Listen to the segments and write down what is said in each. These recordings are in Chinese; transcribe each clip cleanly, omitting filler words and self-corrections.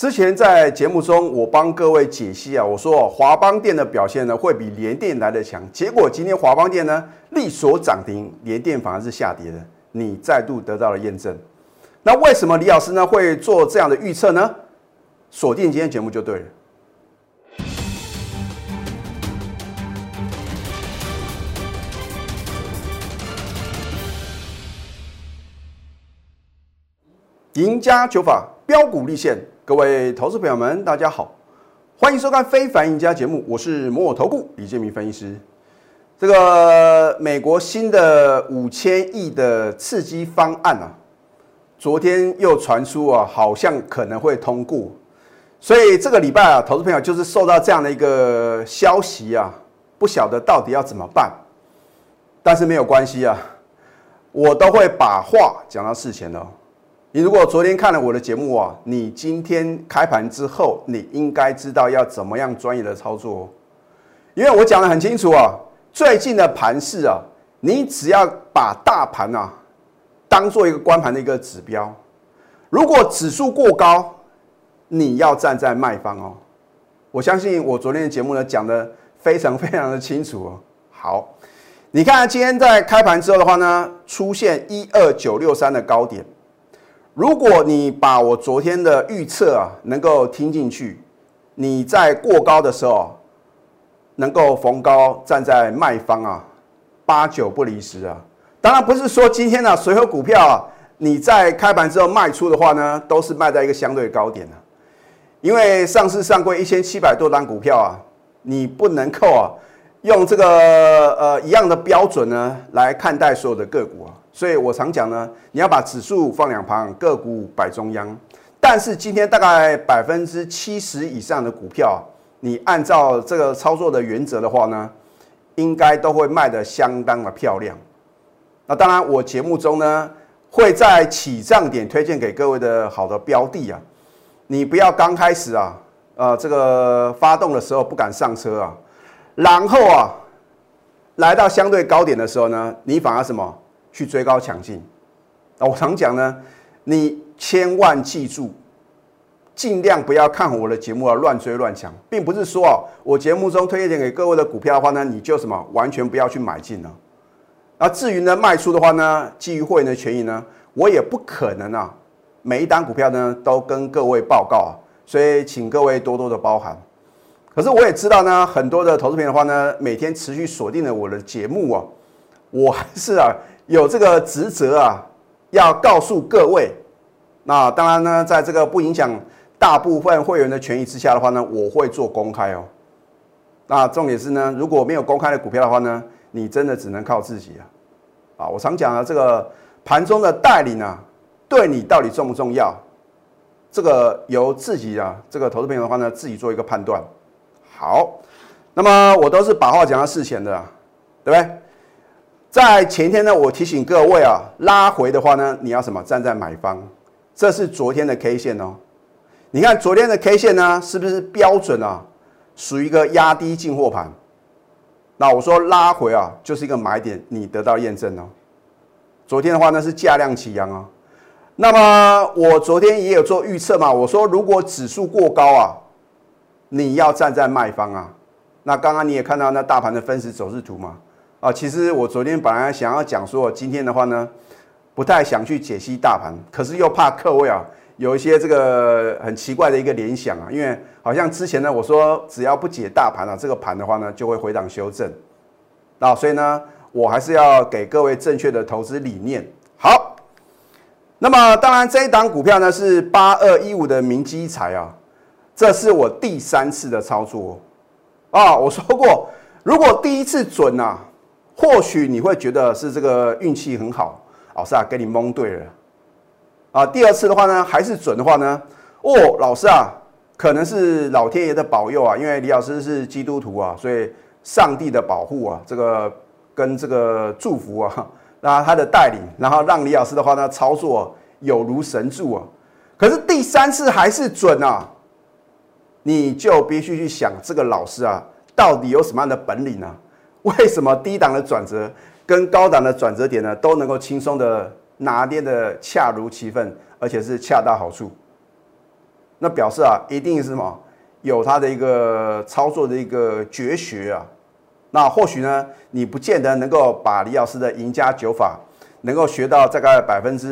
之前在节目中，我帮各位解析啊，我说华邦电的表现呢会比联电来得强，结果今天华邦电呢力所涨停，联电反而是下跌的，你再度得到了验证。那为什么李老师呢会做这样的预测呢？锁定今天节目就对了。赢家九法标股立现，各位投资朋友们，大家好，欢迎收看《非凡赢家》节目，我是摩尔投顾李建明分析师。这个美国新的5000亿的刺激方案啊，昨天又传出啊，好像可能会通过，所以这个礼拜啊，投资朋友就是受到这样的一个消息啊，不晓得到底要怎么办，但是没有关系啊，我都会把话讲到事前哦。你如果昨天看了我的节目啊，你今天开盘之后，你应该知道要怎么样专业的操作哦。因为我讲得很清楚啊，最近的盘势啊，你只要把大盘啊当做一个观盘的一个指标，如果指数过高，你要站在卖方哦。我相信我昨天的节目呢讲得非常的清楚哦。好，你看今天在开盘之后的话呢，出现12963的高点。如果你把我昨天的预测啊能够听进去，你在过高的时候能够逢高站在卖方啊，8、9不离10啊。当然不是说今天所有股票啊你在开盘之后卖出的话呢，都是卖在一个相对高点啊。因为上市上柜1700多档股票啊，你不能够用这个一样的标准呢来看待所有的个股啊。所以我常讲呢，你要把指数放两旁，个股摆中央。但是今天大概70%以上的股票，你按照这个操作的原则的话呢，应该都会卖得相当的漂亮。那当然，我节目中呢会在起涨点推荐给各位的好的标的啊，你不要刚开始这个发动的时候不敢上车啊，然后来到相对高点的时候呢，你反而什么？去追高抢进，我常讲呢，你千万记住，尽量不要看我的节目乱追乱抢，并不是说我节目中推荐给各位的股票的话呢，你就什么完全不要去买进了。那至于呢卖出的话呢，基于会员的权益呢，我也不可能每一档股票呢都跟各位报告所以请各位多多的包涵。可是我也知道呢，很多的投资朋友的话呢，每天持续锁定了我的节目我还是有这个职责要告诉各位。那当然呢，在这个不影响大部分会员的权益之下的话呢，我会做公开哦。那重点是呢，如果没有公开的股票的话呢，你真的只能靠自己我常讲这个盘中的带领对你到底重不重要？这个由自己这个投资朋友的话呢，自己做一个判断。好，那么我都是把话讲到事前的对不对？在前天呢，我提醒各位拉回的话呢，你要什么？站在买方。这是昨天的 K 线哦。你看昨天的 K 线呢，是不是标准属于一个压低进货盘？那我说拉回就是一个买点，你得到验证哦。昨天的话呢是价量齐扬那么我昨天也有做预测嘛，我说如果指数过高你要站在卖方那刚刚你也看到那大盘的分时走势图嘛。其实我昨天本来想要讲说，今天的话呢，不太想去解析大盘，可是又怕各位有一些这个很奇怪的一个联想因为好像之前呢我说只要不解大盘这个盘的话呢就会回档修正，所以呢我还是要给各位正确的投资理念。好，那么当然这一档股票呢是8215的明基材这是我第3次的操作我说过，如果第一次准或许你会觉得是这个运气很好，老师给你蒙对了第二次的话呢，还是准的话呢，老师可能是老天爷的保佑因为李老师是基督徒所以上帝的保护这个跟这个祝福那他的带领，然后让李老师的话呢操作有如神助可是第3次还是准你就必须去想这个老师到底有什么样的本领为什么低档的转折跟高档的转折点呢都能够轻松的拿捏的恰如其分，而且是恰到好处？ 那表示啊，一定是什么有它的一个操作的一个绝学啊。那或许呢，你不见得能够把李老师的赢家九法能够学到大概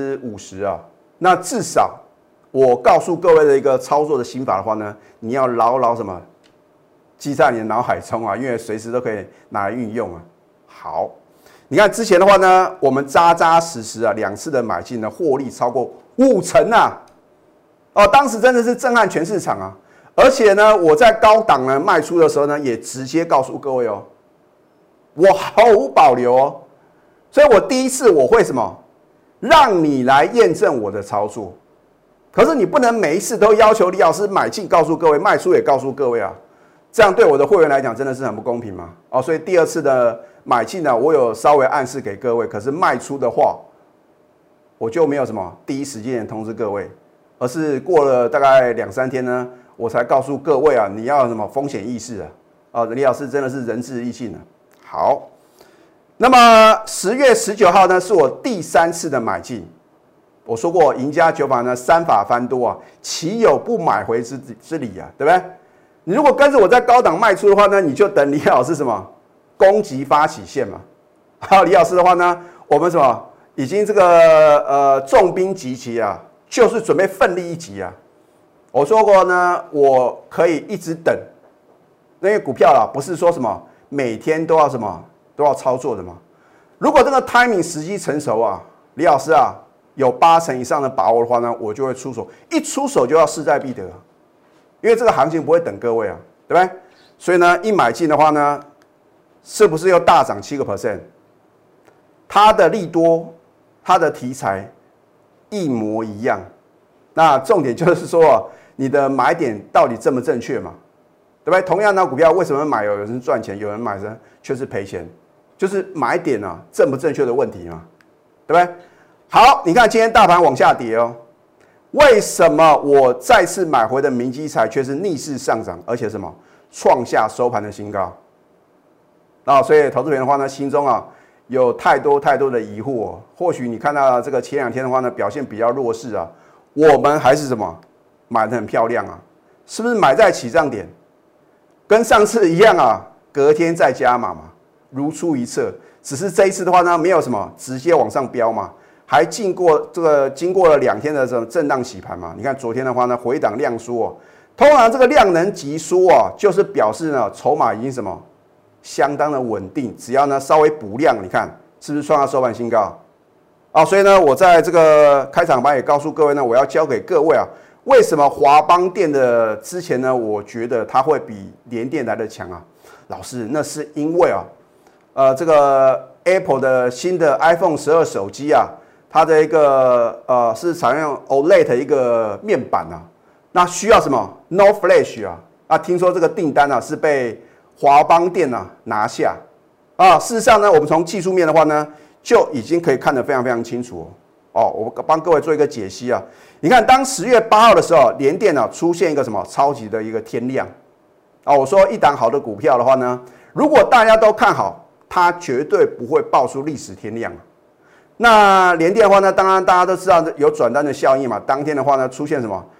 50%啊。那至少我告诉各位的一个操作的心法的话呢，你要牢牢什么记在你的脑海中啊，因为随时都可以拿来运用啊。好，你看之前的话呢，我们扎扎实实啊2次的买进呢，获利超过50%啊。哦，当时真的是震撼全市场啊。而且呢，我在高档呢卖出的时候呢，也直接告诉各位哦，我毫无保留哦。所以我第一次我会什么，让你来验证我的操作。可是你不能每一次都要求李老师买进告诉各位，卖出也告诉各位啊，这样对我的会员来讲真的是很不公平嘛。哦，所以第2次的买进呢，我有稍微暗示给各位，可是卖出的话，我就没有什么第一时间通知各位，而是过了大概2、3天呢，我才告诉各位啊，你要有什么风险意识啊？啊，李老师真的是仁至义尽啊。好，那么10月19号呢，是我第3次的买进。我说过，赢家九法呢，3法翻多啊，岂有不买回之理啊？对不对？你如果跟着我在高档卖出的话呢，你就等李老师什么攻击发起线嘛。好，李老师的话呢，我们什么已经这个重兵集齐啊，就是准备奋力一击啊。我说过呢，我可以一直等，因为股票啦，不是说什么每天都要什么都要操作的嘛。如果这个 timing 时机成熟啊，李老师啊有80%以上的把握的话呢，我就会出手，一出手就要势在必得，因为这个行情不会等各位啊，对不对？所以呢，一买进的话呢，是不是又大涨7%？它的利多，它的题材一模一样。那重点就是说，你的买点到底正不正确嘛？对不对？同样的股票，为什么买有人赚钱，有人买呢却是赔钱？就是买点啊正不正确的问题嘛，对不对？好，你看今天大盘往下跌哦，为什么我再次买回的明基材却是逆势上涨，而且什么创下收盘的新高？啊，所以投资人的话呢，心中啊有太多的疑惑哦。或许你看到这个前2天的话呢，表现比较弱势啊，我们还是什么买得很漂亮啊？是不是买在起涨点？跟上次一样啊，隔天再加码嘛，如出一辙。只是这一次的话呢，没有什么直接往上飙嘛。还经过了2天的这种震荡洗盘嘛？你看昨天的话呢，回档量缩哦，通常这个量能急缩啊，就是表示呢筹码已经什么相当的稳定，只要呢稍微补量，你看是不是创下收盘新高啊？所以呢，我在这个开场白也告诉各位呢，我要教给各位啊，为什么华邦电的之前呢，我觉得它会比联电来的强啊？老师，那是因为啊，这个 Apple 的新的 iPhone 12手机啊。它的一个是采用 OLED 一个面板啊，那需要什么 No Flash 啊？啊，听说这个订单啊是被华邦电啊拿下啊。事实上呢，我们从技术面的话呢，就已经可以看得非常清楚哦。我帮各位做一个解析啊。你看，当10月8号的时候，联电啊出现一个什么超级的一个天量啊。我说一档好的股票的话呢，如果大家都看好，它绝对不会爆出历史天量。那联电的话呢，当然大家都知道有转单的效应嘛。当天的话呢，出现什么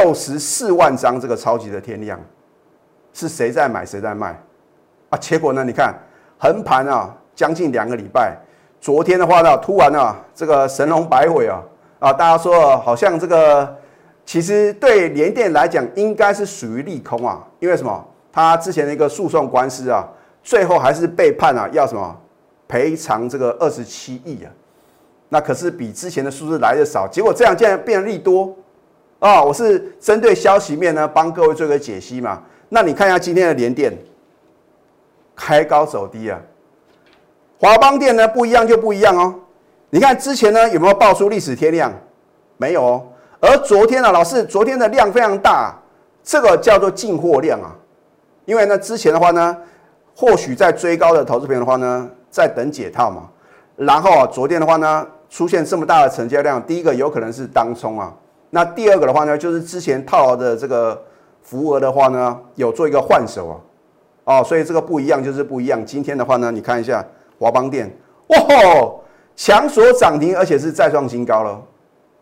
64万张这个超级的天量，是谁在买谁在卖啊？结果呢，你看横盘啊，将近2个礼拜。昨天的话呢，突然啊，这个神龙摆尾啊，大家说好像这个其实对联电来讲应该是属于利空啊，因为什么？他之前的一个诉讼官司啊，最后还是被判啊，要什么赔偿这个27亿啊。那可是比之前的数字来的少，结果这样竟然变成利多啊！我是针对消息面呢，帮各位做一个解析嘛。那你看一下今天的联电，开高走低啊。华邦电呢不一样就不一样哦。你看之前呢有没有爆出历史天量？没有哦。而昨天呢，老师昨天的量非常大，这个叫做进货量啊。因为呢之前的话呢，或许在追高的投资朋友的话呢，在等解套嘛。然后啊，昨天的话呢，出现这么大的成交量，第一个有可能是当冲啊，那第二个的话呢，就是之前套牢的这个浮额的话呢，有做一个换手啊，所以这个不一样就是不一样。今天的话呢，你看一下华邦电，哇，强锁涨停，而且是再创新高了。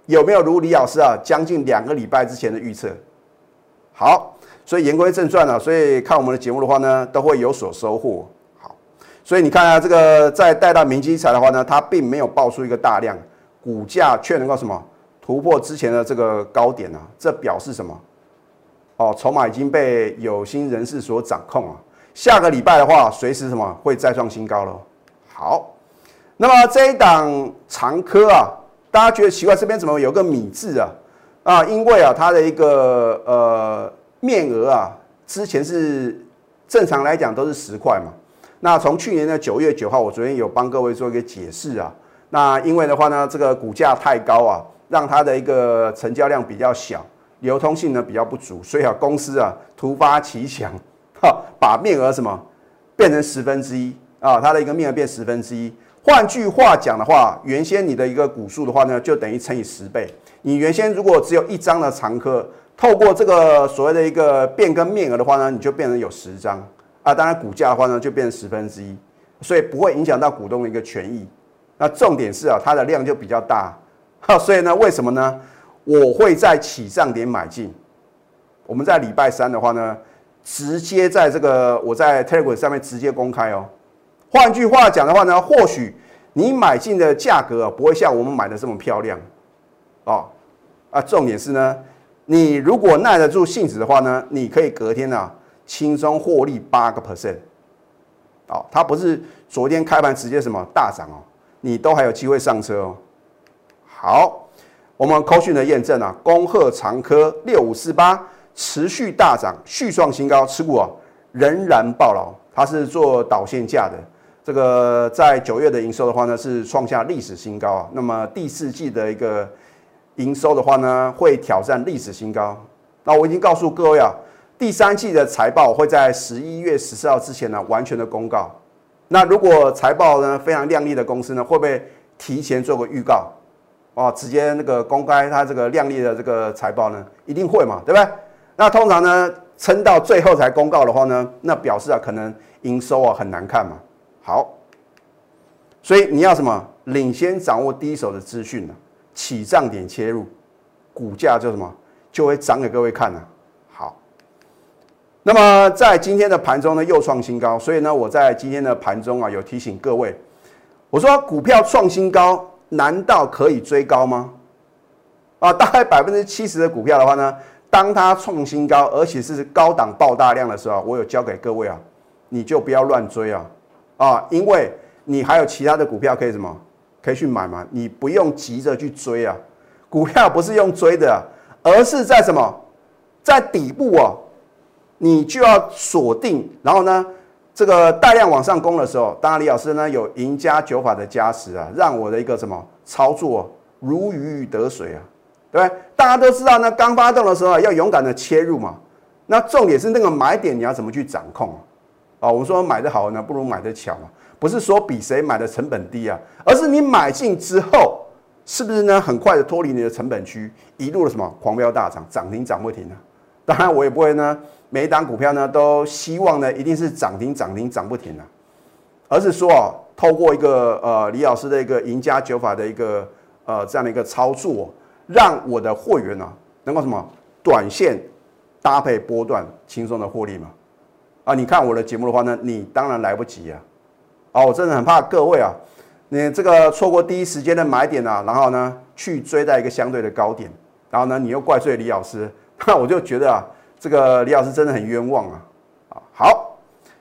有没有如李老师啊将近2个礼拜之前的预测？好，所以言归正传啊，所以看我们的节目的话呢，都会有所收获。好，所以你看啊，这个在带到明基材的话呢，它并没有爆出一个大量，股价却能够什么突破之前的这个高点啊，这表示什么？哦，筹码已经被有心人士所掌控啊。下个礼拜的话，随时什么会再创新高了。好，那么这一档长科啊，大家觉得奇怪，这边怎么有个米字啊？因为啊，它的一个面额啊，之前是正常来讲都是10块嘛。那从去年的9月9号，我昨天有帮各位做一个解释啊。那因为的话呢，这个股价太高啊，让它的一个成交量比较小，流通性呢比较不足，所以啊，公司啊突发奇想，把面额什么变成1/10啊，它的一个面额变1/10。换句话讲的话，原先你的一个股数的话呢，就等于乘以10倍。你原先如果只有1张的长科，透过这个所谓的一个变更面额的话呢，你就变成有10张啊。当然股价的话呢，就变成1/10，所以不会影响到股东的一个权益。那重点是啊，它的量就比较大，所以呢，为什么呢？我会在起涨点买进。我们在礼拜3的话呢，直接在这个我在 Telegram 上面直接公开哦。换句话讲的话呢，或许你买进的价格不会像我们买的这么漂亮，重点是呢，你如果耐得住性子的话呢，你可以隔天啊轻松获利8%，它不是昨天开盘直接什么大涨哦，你都还有机会上车哦。好，我们扣讯的验证啊，恭贺长科6548持续大涨，续创新高，持股仍然抱牢，它是做导线架的。这个在9月的营收的话呢，是创下历史新高啊。那么第4季的一个营收的话呢，会挑战历史新高。那我已经告诉各位啊，第3季的财报会在11月14号之前呢完全的公告。那如果财报呢非常亮丽的公司呢，会不会提前做个预告？直接那个公开它这个亮丽的这个财报呢？一定会嘛，对不对？那通常呢，撑到最后才公告的话呢，那表示可能营收很难看嘛。好，所以你要什么？领先掌握第一手的资讯起涨点切入，股价就什么就会涨给各位看了。好，那么在今天的盘中呢又创新高，所以呢我在今天的盘中有提醒各位，我说股票创新高，难道可以追高吗？大概70%的股票的话呢，当它创新高，而且是高档爆大量的时候，我有教给各位你就不要乱追因为你还有其他的股票可以什么，可以去买嘛，你不用急着去追股票不是用追的而是在什么，在底部你就要锁定，然后呢，这个大量往上攻的时候，当然李老师呢有赢家9法的加持让我的一个什么操作如鱼得水对不对？大家都知道呢，刚发动的时候要勇敢的切入嘛，那重点是那个买点你要怎么去掌控我们说买得好呢，不如买得巧嘛，不是说比谁买的成本低而是你买进之后，是不是呢很快的脱离你的成本区，一路的什么狂飙大涨，涨停涨不停当然我也不会呢，每一档股票呢都希望呢一定是涨停涨停涨不停而是说透过一个李老师的一个赢家9法的一个这样的一个操作，让我的会员能够什么短线搭配波段轻松的获利嘛。你看我的节目的话呢，你当然来不及我真的很怕各位你这个错过第一时间的买点然后呢去追在一个相对的高点，然后呢你又怪罪李老师，那我就觉得这个李老师真的很冤枉好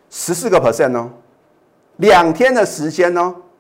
，14% 2天的时间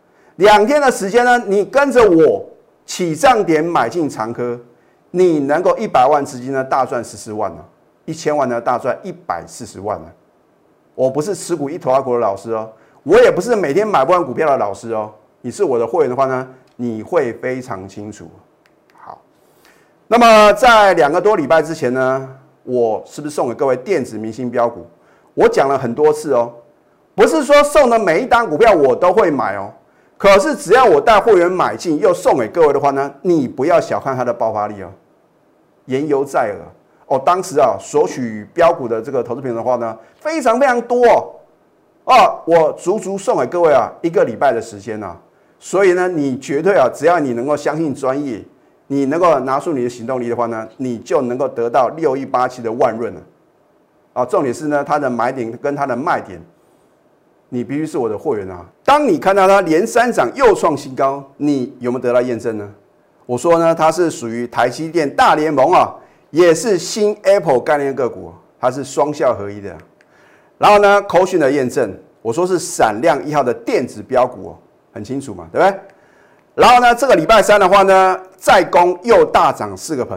2天的时间呢，你跟着我起涨点买进长科，你能够100万资金呢大赚14万1000万呢大赚140万我不是持股一头阿股的老师我也不是每天买不完股票的老师你是我的会员的话呢，你会非常清楚。好，那么在2个多礼拜之前呢，我是不是送给各位电子明星标股？我讲了很多次不是说送的每一档股票我都会买可是只要我带会员买进又送给各位的话呢，你不要小看它的爆发力言犹在耳当时索取标股的这个投资朋友的话呢，非常非常多我足足送给各位1个礼拜的时间所以呢，你绝对只要你能够相信专业， 你能够拿出你的行动力的话呢，你就能够得到6187的万润了。啊，重点是呢，它的买点跟它的卖点，你必须是我的会员啊。当你看到它连3涨又创新高，你有没有得到验证呢？我说呢，它是属于台积电大联盟啊，也是新 Apple 概念个股，它是双效合一的。然后呢，口讯的验证，我说是闪亮1号的电子标股哦，很清楚嘛，对不对？然后呢，这个礼拜3的话呢，再攻又大涨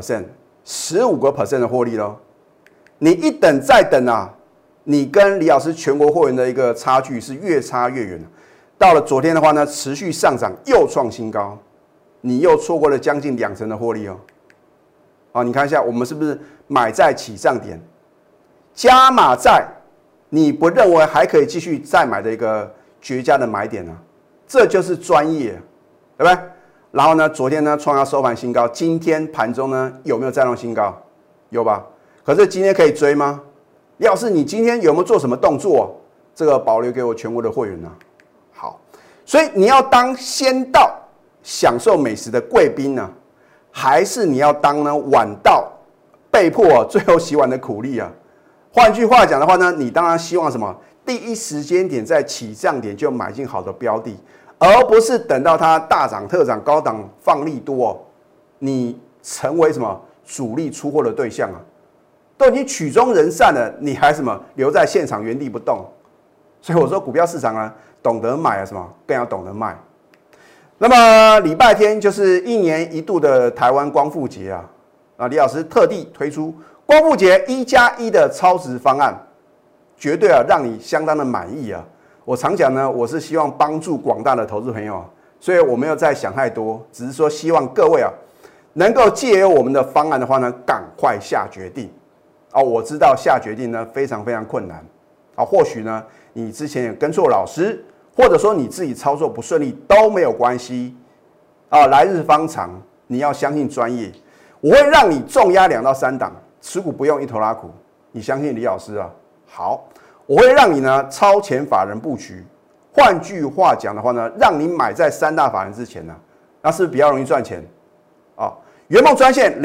4%，15% 的获利咯。你一等再等啊，你跟李老师全国会员的一个差距是越差越远。到了昨天的话呢，持续上涨又创新高，你又错过了将近2成的获利哦。好，你看一下，我们是不是买在起涨点，加码在你不认为还可以继续再买的一个绝佳的买点呢？这就是专业，对不对？然后呢，昨天呢创下收盘新高，今天盘中呢有没有再创新高？有吧？可是今天可以追吗？李老师，你今天有没有做什么动作？这个保留给我全国的会员呢？好，所以你要当先到享受美食的贵宾呢，还是你要当呢晚到被迫最后洗碗的苦力啊？换句话讲的话呢，你当然希望什么？第一时间点在起涨点就买进好的标的，而不是等到它大涨特涨高档放利多哦，你成为什么主力出货的对象啊？都已经曲终人散了，你还什么留在现场原地不动？所以我说股票市场啊，懂得买啊什么，更要懂得卖。那么礼拜天就是1年1度的台湾光复节啊，李老师特地推出光复节1+1的超值方案，绝对啊让你相当的满意啊。我常讲呢，我是希望帮助广大的投资朋友，所以我没有再想太多，只是说希望各位啊能够借由我们的方案的话呢，赶快下决定。我知道下决定呢非常非常困难或许呢你之前也跟错老师，或者说你自己操作不顺利都没有关系来日方长，你要相信专业，我会让你重压2到3档，持股不用一头拉苦，你相信李老师啊？好，我会让你呢超前法人布局，换句话讲的话呢，让你买在3大法人之前呢，那是不是比较容易赚钱圆梦专线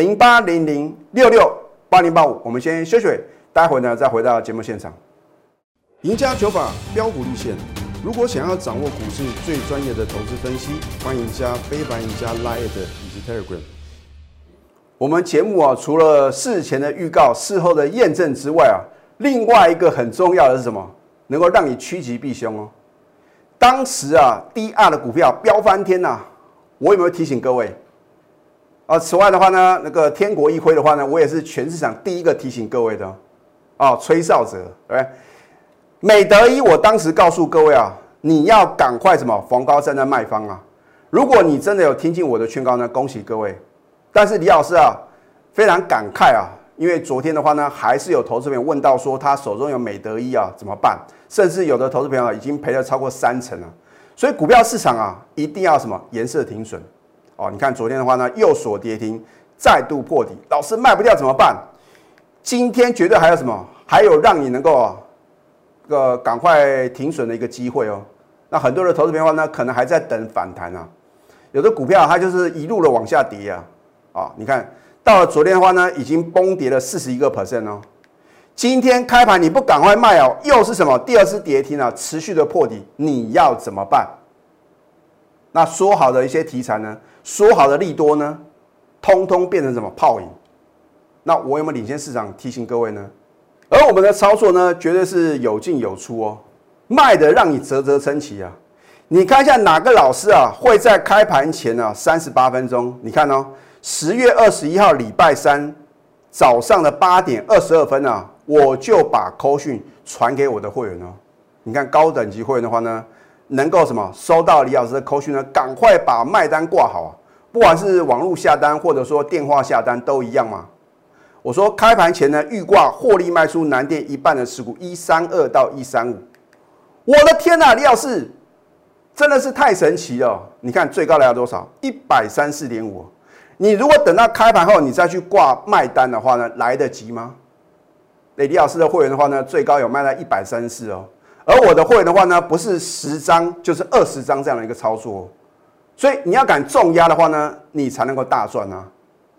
0800668085，我们先休息，待会呢再回到节目现场。赢家九法标股立线，如果想要掌握股市最专业的投资分析，欢迎加非凡赢家 Line 以及 Telegram。我们节目除了事前的预告、事后的验证之外另外一个很重要的是什么？能够让你趋吉避凶哦。当时DR 的股票飙翻天我有没有提醒各位？此外的话呢，那个天国一辉的话呢，我也是全市场第一个提醒各位的吹哨者，对不对？美德一，我当时告诉各位你要赶快什么逢高站在卖方如果你真的有听进我的劝告呢，恭喜各位。但是李老师非常感慨因为昨天的话呢，还是有投资朋友问到说他手中有美德一怎么办？甚至有的投资朋友已经赔了超过3成了。所以股票市场一定要什么颜色停损你看昨天的话呢，又锁跌停，再度破底，老师卖不掉怎么办？今天绝对还有什么？还有让你能够赶快停损的一个机会那很多的投资朋友呢，可能还在等反弹有的股票它就是一路的往下跌你看到了昨天的话呢，已经崩跌了41%今天开盘你不赶快卖又是什么？第2次跌停持续的破底，你要怎么办？那说好的一些题材呢？说好的利多呢？通通变成什么泡影？那我有没有领先市场提醒各位呢？而我们的操作呢，绝对是有进有出卖的让你啧啧称奇你看一下哪个老师会在开盘前38分钟？你看10月21号礼拜3早上的8点22分我就把扣讯传给我的会员你看高等级会员的话呢，能够什么收到李老师的扣讯呢？赶快把卖单挂好不管是网络下单或者说电话下单都一样嘛。我说开盘前呢，预挂获利卖出南电一半的持股132到135。我的天哪，李老师真的是太神奇了！你看最高来到多少？134.5。你如果等到开盘后你再去挂卖单的话呢，来得及吗？李老师的会员的话呢，最高有卖到134而我的会员的话呢，不是10张就是20张这样的一个操作所以你要敢重压的话呢，你才能够大赚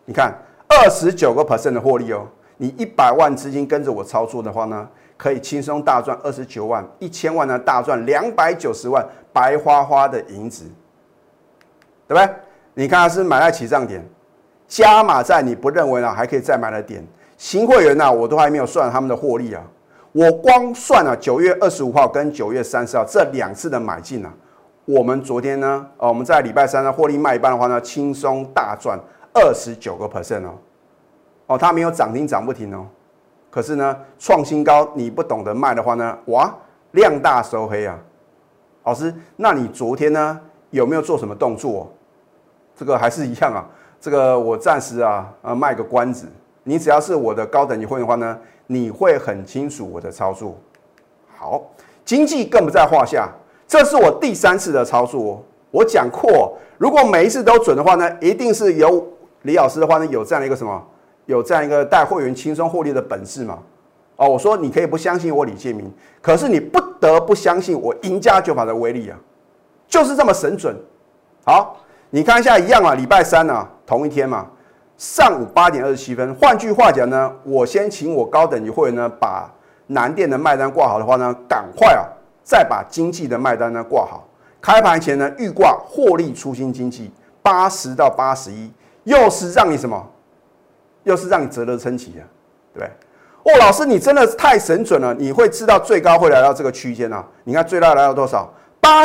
你看29% 的获利哦。你100万资金跟着我操作的话呢，可以轻松大赚29万，1000万呢大赚290万，白花花的银子，对不对？你看它是买在起涨点，加码在你不认为呢还可以再买的点。新会员呢，我都还没有算他们的获利啊，我光算了9月25号跟9月30号这2次的买进啊，我们昨天呢，我们在礼拜三呢获利卖一半的话呢，轻松大赚29% 哦。哦，它没有涨停涨不停哦，可是呢，创新高你不懂得卖的话呢，哇，量大收黑啊！老师，那你昨天呢有没有做什么动作？这个还是一样啊，这个我暂时卖个关子。你只要是我的高等级会员的话呢，你会很清楚我的操作。好，经济更不在话下，这是我第3次的操作哦。我讲过，如果每一次都准的话呢，一定是有李老师的话呢，有这样的一个什么？有这样一个带会员轻松获利的本事嘛？哦，我说你可以不相信我李建明，可是你不得不相信我赢家九法的威力啊，就是这么神准。好，你看一下一样啊，礼拜三啊，同一天嘛，上午8点27分。换句话讲呢，我先请我高等级会员呢，把南电的卖单挂好的话呢，赶快再把经济的卖单呢挂好。开盘前呢，预挂获利出新经济80到81，又是让你什么？又是让你啧啧称奇啊，对不对？哦，老师，你真的太神准了！你会知道最高会来到这个区间啊？你看最高来到多少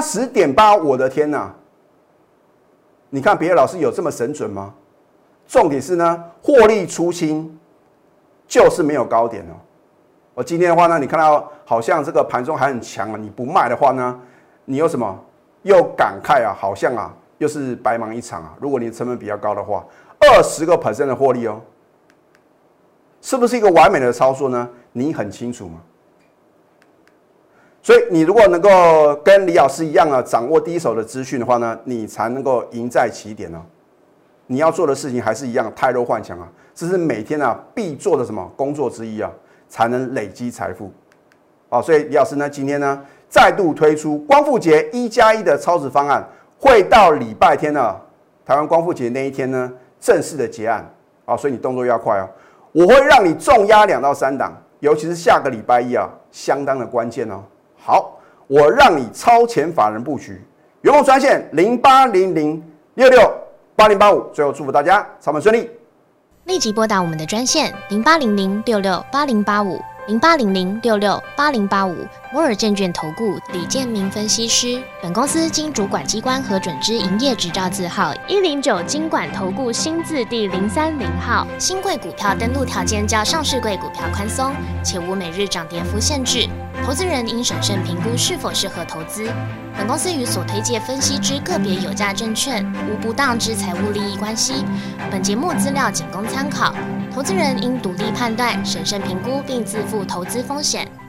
？80.8，我的天哪！你看别的老师有这么神准吗？重点是呢，获利出清就是没有高点哦。我今天的话呢，你看到好像这个盘中还很强啊，你不卖的话呢，你有什么？又感慨啊，好像又是白忙一场啊。如果你成本比较高的话，20% 的获利哦。是不是一个完美的操作呢？你很清楚吗？所以你如果能够跟李老师一样掌握第一手的资讯的话呢，你才能够赢在起点哦。你要做的事情还是一样，汰弱换强啊，这是每天必做的什么工作之一啊，才能累积财富。所以李老师呢，今天呢再度推出光复节1+1的超值方案，会到礼拜天台湾光复节那一天呢正式的结案所以你动作要快哦。我会让你重压2到3档，尤其是下个礼拜一相当的关键哦。好，我让你超前法人布局，员工专线0800668085。最后祝福大家操盘顺利， 立即拨打我们的专线08006680850800668085。摩尔证券投顾李建明分析师。本公司经主管机关核准之营业执照字号109金管投顾新字第030号。新贵股票登录条件较上市贵股票宽松，且无每日涨跌幅限制。投资人应审慎评估是否适合投资。本公司与所推介分析之个别有价证券无不当之财务利益关系。本节目资料仅供参考，投资人应独立判断、审慎评估并自负投资风险。